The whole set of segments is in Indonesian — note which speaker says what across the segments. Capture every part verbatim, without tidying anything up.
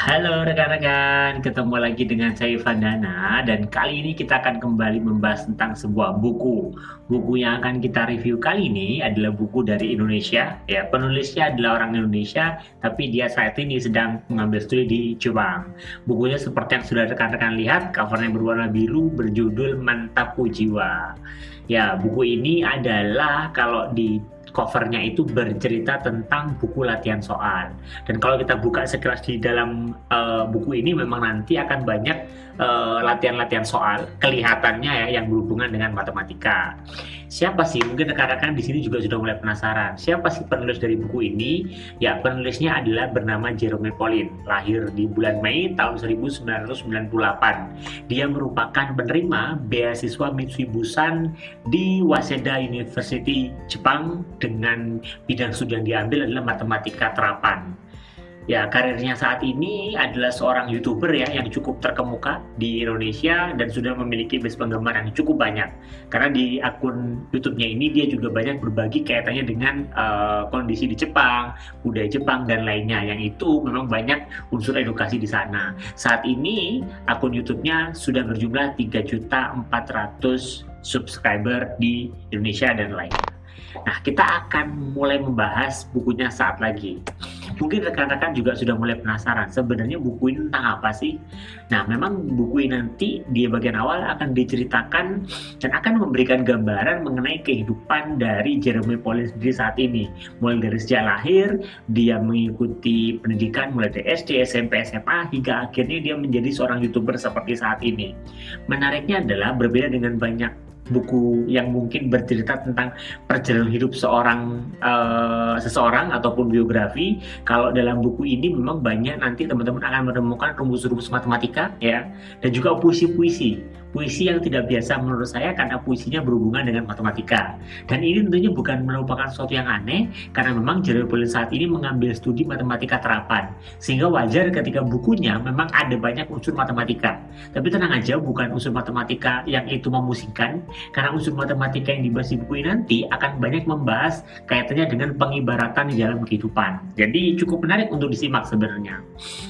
Speaker 1: Halo rekan-rekan, ketemu lagi dengan saya Vandana dan kali ini kita akan kembali membahas tentang sebuah buku. Buku yang akan kita review kali ini adalah buku dari Indonesia. Ya, penulisnya adalah orang Indonesia, tapi dia saat ini sedang mengambil studi di Jepang. Bukunya seperti yang sudah rekan-rekan lihat, covernya berwarna biru berjudul Mantapku Jiwa. Ya, buku ini adalah kalau di covernya itu bercerita tentang buku latihan soal. Dan kalau kita buka sekilas di dalam uh, buku ini memang nanti akan banyak uh, latihan-latihan soal kelihatannya ya yang berhubungan dengan matematika. Siapa sih? Mungkin rekan-rekan di sini juga sudah mulai penasaran. Siapa sih penulis dari buku ini? Ya, penulisnya adalah bernama Jerome Pauline, lahir di bulan Mei tahun seribu sembilan ratus sembilan puluh delapan. Dia merupakan penerima beasiswa Mitsubishi di Waseda University, Jepang, dengan bidang studi yang diambil adalah matematika terapan. Ya, karirnya saat ini adalah seorang YouTuber ya yang cukup terkemuka di Indonesia dan sudah memiliki base penggemar yang cukup banyak. Karena di akun YouTube-nya ini dia juga banyak berbagi kaitannya dengan uh, kondisi di Jepang, budaya Jepang dan lainnya yang itu memang banyak unsur edukasi di sana. Saat ini akun YouTube-nya sudah berjumlah tiga juta empat ratus subscriber di Indonesia dan lainnya. Nah, kita akan mulai membahas bukunya saat lagi. Mungkin rekan-rekan juga sudah mulai penasaran, sebenarnya buku ini tentang apa sih? Nah, memang buku ini nanti di bagian awal akan diceritakan dan akan memberikan gambaran mengenai kehidupan dari Jerome Pauline sendiri saat ini. Mulai dari sejak lahir, dia mengikuti pendidikan mulai dari S D, S M P, S M A, hingga akhirnya dia menjadi seorang YouTuber seperti saat ini. Menariknya adalah berbeda dengan banyak buku yang mungkin bercerita tentang perjalanan hidup seorang uh, seseorang ataupun biografi. Kalau dalam buku ini memang banyak nanti teman-teman akan menemukan rumus-rumus matematika ya, dan juga puisi-puisi puisi yang tidak biasa menurut saya karena puisinya berhubungan dengan matematika. Dan ini tentunya bukan merupakan sesuatu yang aneh karena memang Jerome Pauline saat ini mengambil studi matematika terapan, sehingga wajar ketika bukunya memang ada banyak unsur matematika. Tapi tenang aja, bukan unsur matematika yang itu memusingkan, karena unsur matematika yang dibahas di buku ini nanti akan banyak membahas kaitannya dengan pengibaratan di dalam kehidupan. Jadi cukup menarik untuk disimak sebenarnya.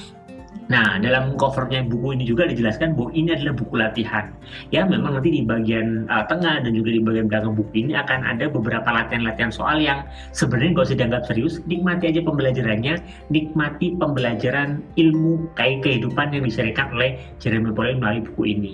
Speaker 1: Nah, dalam covernya buku ini juga dijelaskan bahwa ini adalah buku latihan. Ya, memang nanti di bagian uh, tengah dan juga di bagian belakang buku ini akan ada beberapa latihan-latihan soal yang sebenarnya nggak usah dianggap serius. Nikmati aja pembelajarannya, nikmati pembelajaran ilmu kayak kehidupan yang disampaikan oleh Jerome Pauline melalui buku ini.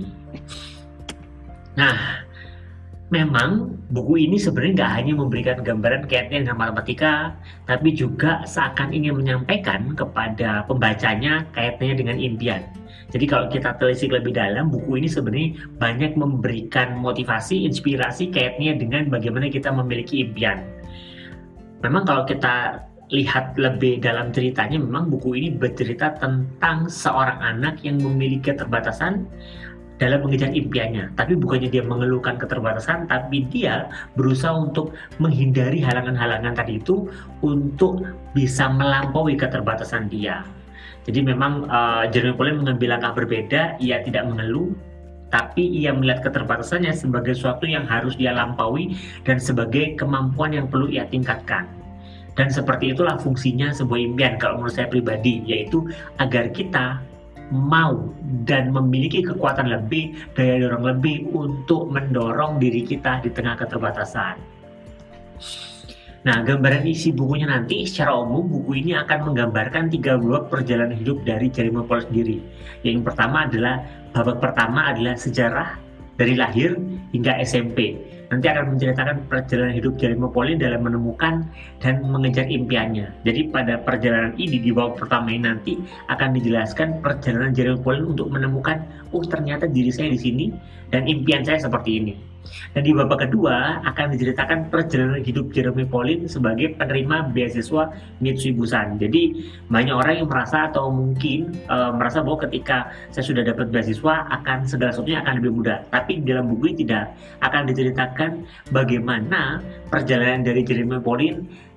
Speaker 1: Nah, memang buku ini sebenarnya nggak hanya memberikan gambaran kaitannya dengan matematika, tapi juga seakan ingin menyampaikan kepada pembacanya kaitannya dengan impian. Jadi kalau kita telisik lebih dalam, buku ini sebenarnya banyak memberikan motivasi, inspirasi kaitannya dengan bagaimana kita memiliki impian. Memang kalau kita lihat lebih dalam ceritanya, memang buku ini bercerita tentang seorang anak yang memiliki keterbatasan dalam mengejar impiannya. Tapi bukannya dia mengeluhkan keterbatasan, tapi dia berusaha untuk menghindari halangan-halangan tadi itu untuk bisa melampaui keterbatasan dia. Jadi memang uh, Jerome Pauline mengambil langkah berbeda. Ia tidak mengeluh, tapi ia melihat keterbatasannya sebagai sesuatu yang harus dia lampaui dan sebagai kemampuan yang perlu ia tingkatkan. Dan seperti itulah fungsinya sebuah impian kalau menurut saya pribadi, yaitu agar kita mau dan memiliki kekuatan lebih, daya dorong lebih untuk mendorong diri kita di tengah keterbatasan. Nah, gambaran isi bukunya nanti secara umum, buku ini akan menggambarkan tiga babak perjalanan hidup dari Jerome Pauline sendiri. Yang pertama adalah, babak pertama adalah sejarah dari lahir hingga S M P. Nanti akan menceritakan perjalanan hidup Jerome Pauline dalam menemukan dan mengejar impiannya. Jadi pada perjalanan ini di babak pertama ini nanti akan dijelaskan perjalanan Jerome Pauline untuk menemukan, oh ternyata diri saya di sini dan impian saya seperti ini. Dan di babak kedua akan diceritakan perjalanan hidup Jerome Pauline sebagai penerima beasiswa Mitsubishi. Jadi banyak orang yang merasa atau mungkin e, merasa bahwa ketika saya sudah dapat beasiswa akan segala sesuatunya akan lebih mudah. Tapi dalam buku ini tidak, akan diceritakan bagaimana perjalanan dari Jerome Pauline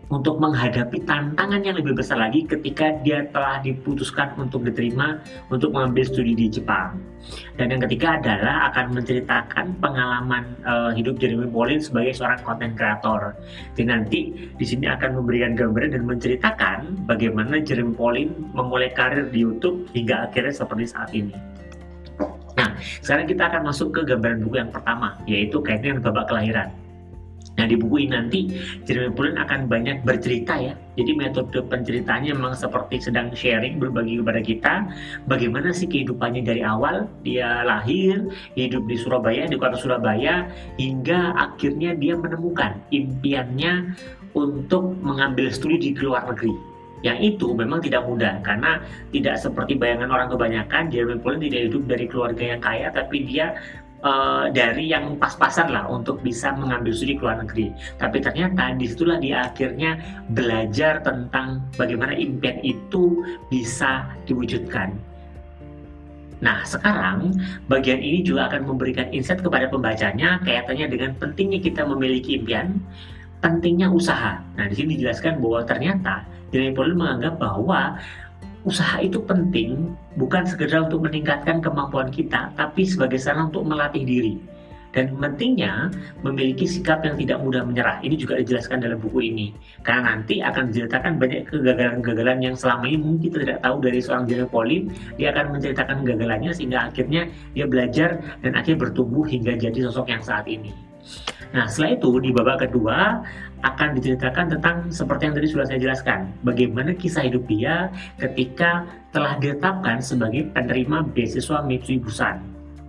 Speaker 1: untuk menghadapi tantangan yang lebih besar lagi ketika dia telah diputuskan untuk diterima untuk mengambil studi di Jepang. Dan yang ketiga adalah akan menceritakan pengalaman uh, hidup Jeremy Pauline sebagai seorang content creator. Jadi nanti di sini akan memberikan gambaran dan menceritakan bagaimana Jeremy Pauline memulai karir di YouTube hingga akhirnya seperti saat ini. Nah, sekarang kita akan masuk ke gambaran buku yang pertama, yaitu kaitannya dengan babak kelahiran. Nah, di buku ini nanti Jeremy Pauline akan banyak bercerita ya. Jadi metode penceritanya memang seperti sedang sharing, berbagi kepada kita bagaimana sih kehidupannya dari awal dia lahir, hidup di Surabaya, di kota Surabaya, hingga akhirnya dia menemukan impiannya untuk mengambil studi di luar negeri. Yang itu memang tidak mudah, karena tidak seperti bayangan orang kebanyakan, Jeremy Pauline tidak hidup dari keluarga yang kaya, tapi dia Uh, dari yang pas-pasan lah untuk bisa mengambil studi ke luar negeri. Tapi ternyata disitulah dia akhirnya belajar tentang bagaimana impian itu bisa diwujudkan. Nah, sekarang bagian ini juga akan memberikan insight kepada pembacanya kaitannya dengan pentingnya kita memiliki impian, pentingnya usaha. Nah, di sini dijelaskan bahwa ternyata Jeremy Pauline menganggap bahwa usaha itu penting bukan sekedar untuk meningkatkan kemampuan kita, tapi sebagai sarana untuk melatih diri. Dan pentingnya memiliki sikap yang tidak mudah menyerah. Ini juga dijelaskan dalam buku ini. Karena nanti akan diceritakan banyak kegagalan-kegagalan yang selama ini mungkin kita tidak tahu dari seorang Jeremy Pauline. Dia akan menceritakan kegagalannya sehingga akhirnya dia belajar dan akhirnya bertumbuh hingga jadi sosok yang saat ini. Nah, setelah itu di babak kedua akan diceritakan tentang seperti yang tadi sudah saya jelaskan, bagaimana kisah hidup dia ketika telah ditetapkan sebagai penerima beasiswa Mitsui Bussan.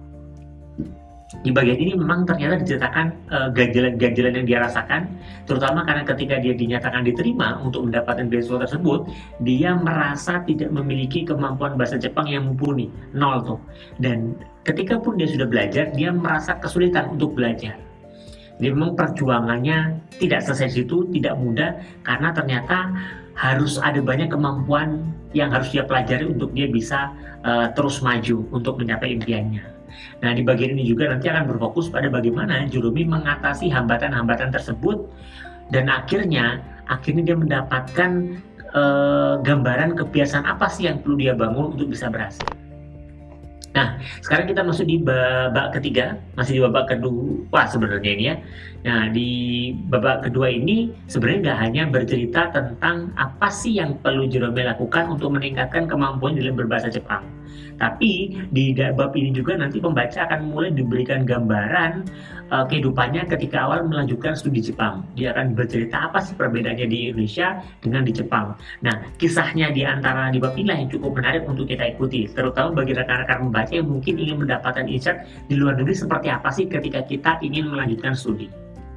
Speaker 1: Di bagian ini memang ternyata diceritakan uh, ganjalan-ganjalan yang dia rasakan, terutama karena ketika dia dinyatakan diterima untuk mendapatkan beasiswa tersebut, dia merasa tidak memiliki kemampuan bahasa Jepang yang mumpuni, nol tuh. Dan ketika pun dia sudah belajar, dia merasa kesulitan untuk belajar. Jadi memang perjuangannya tidak selesai situ, tidak mudah, karena ternyata harus ada banyak kemampuan yang harus dia pelajari untuk dia bisa uh, terus maju untuk mencapai impiannya. Nah, di bagian ini juga nanti akan berfokus pada bagaimana Jurumi mengatasi hambatan-hambatan tersebut dan akhirnya akhirnya dia mendapatkan uh, gambaran kebiasaan apa sih yang perlu dia bangun untuk bisa berhasil. Nah, sekarang kita masuk di babak ketiga, masih di babak kedua sebenarnya ini ya. Nah, di babak kedua ini sebenarnya nggak hanya bercerita tentang apa sih yang perlu Jerome lakukan untuk meningkatkan kemampuan dalam berbahasa Jepang. Tapi di bab ini juga nanti pembaca akan mulai diberikan gambaran uh, kehidupannya ketika awal melanjutkan studi Jepang. Dia akan bercerita apa sih perbedaannya di Indonesia dengan di Jepang. Nah, kisahnya di antara di bab inilah yang cukup menarik untuk kita ikuti, terutama bagi rekan-rekan membaca yang mungkin ingin mendapatkan insight di luar negeri seperti apa sih ketika kita ingin melanjutkan studi.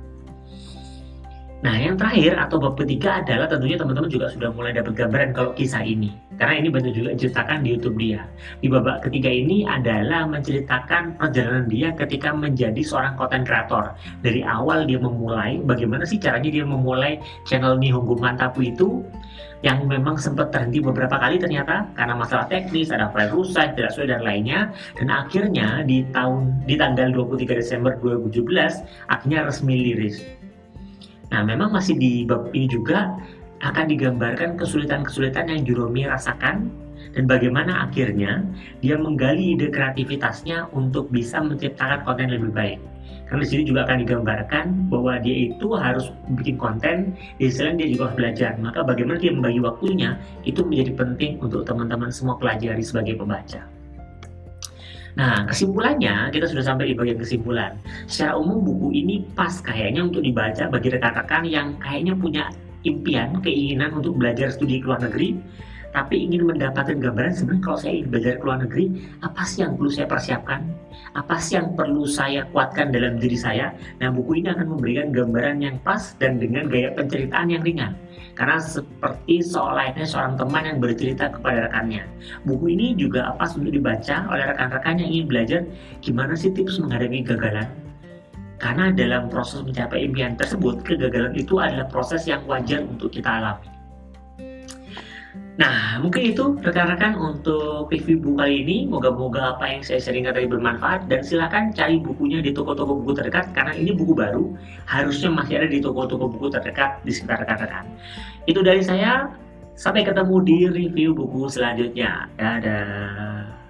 Speaker 1: Nah, yang terakhir atau bab ketiga adalah tentunya teman-teman juga sudah mulai dapat gambaran kalau kisah ini. Karena ini banyak juga diceritakan di YouTube dia. Di babak ketiga ini adalah menceritakan perjalanan dia ketika menjadi seorang content creator. Dari awal dia memulai, bagaimana sih caranya dia memulai channel Nihongo Mantapu itu, yang memang sempat terhenti beberapa kali ternyata karena masalah teknis, ada file rusak, tidak sesuai dan lainnya. Dan akhirnya di tahun di tanggal dua puluh tiga Desember dua ribu tujuh belas akhirnya resmi liris. Nah, memang masih di bab ini juga akan digambarkan kesulitan-kesulitan yang Jurome rasakan dan bagaimana akhirnya dia menggali ide kreativitasnya untuk bisa menciptakan konten lebih baik. Karena di sini juga akan digambarkan bahwa dia itu harus bikin konten, di selain dia juga harus belajar. Maka bagaimana dia membagi waktunya itu menjadi penting untuk teman-teman semua pelajari sebagai pembaca. Nah, kesimpulannya kita sudah sampai di bagian kesimpulan. Secara umum buku ini pas kayaknya untuk dibaca bagi rekan-rekan yang kayaknya punya impian, keinginan untuk belajar studi ke luar negeri, tapi ingin mendapatkan gambaran sebenarnya kalau saya ingin belajar ke luar negeri, apa sih yang perlu saya persiapkan? Apa sih yang perlu saya kuatkan dalam diri saya? Nah, buku ini akan memberikan gambaran yang pas dan dengan gaya penceritaan yang ringan. Karena seperti seolah-olah seorang teman yang bercerita kepada rekannya. Buku ini juga pas untuk dibaca oleh rekan-rekan yang ingin belajar gimana sih tips menghadapi kegagalan. Karena dalam proses mencapai impian tersebut, kegagalan itu adalah proses yang wajar untuk kita alami. Nah, mungkin itu rekan-rekan untuk review buku kali ini. Moga-moga apa yang saya sharingkan tadi bermanfaat, dan silakan cari bukunya di toko-toko buku terdekat karena ini buku baru, harusnya masih ada di toko-toko buku terdekat di sekitar rekan-rekan. Itu dari saya. Sampai ketemu di review buku selanjutnya. Dadah.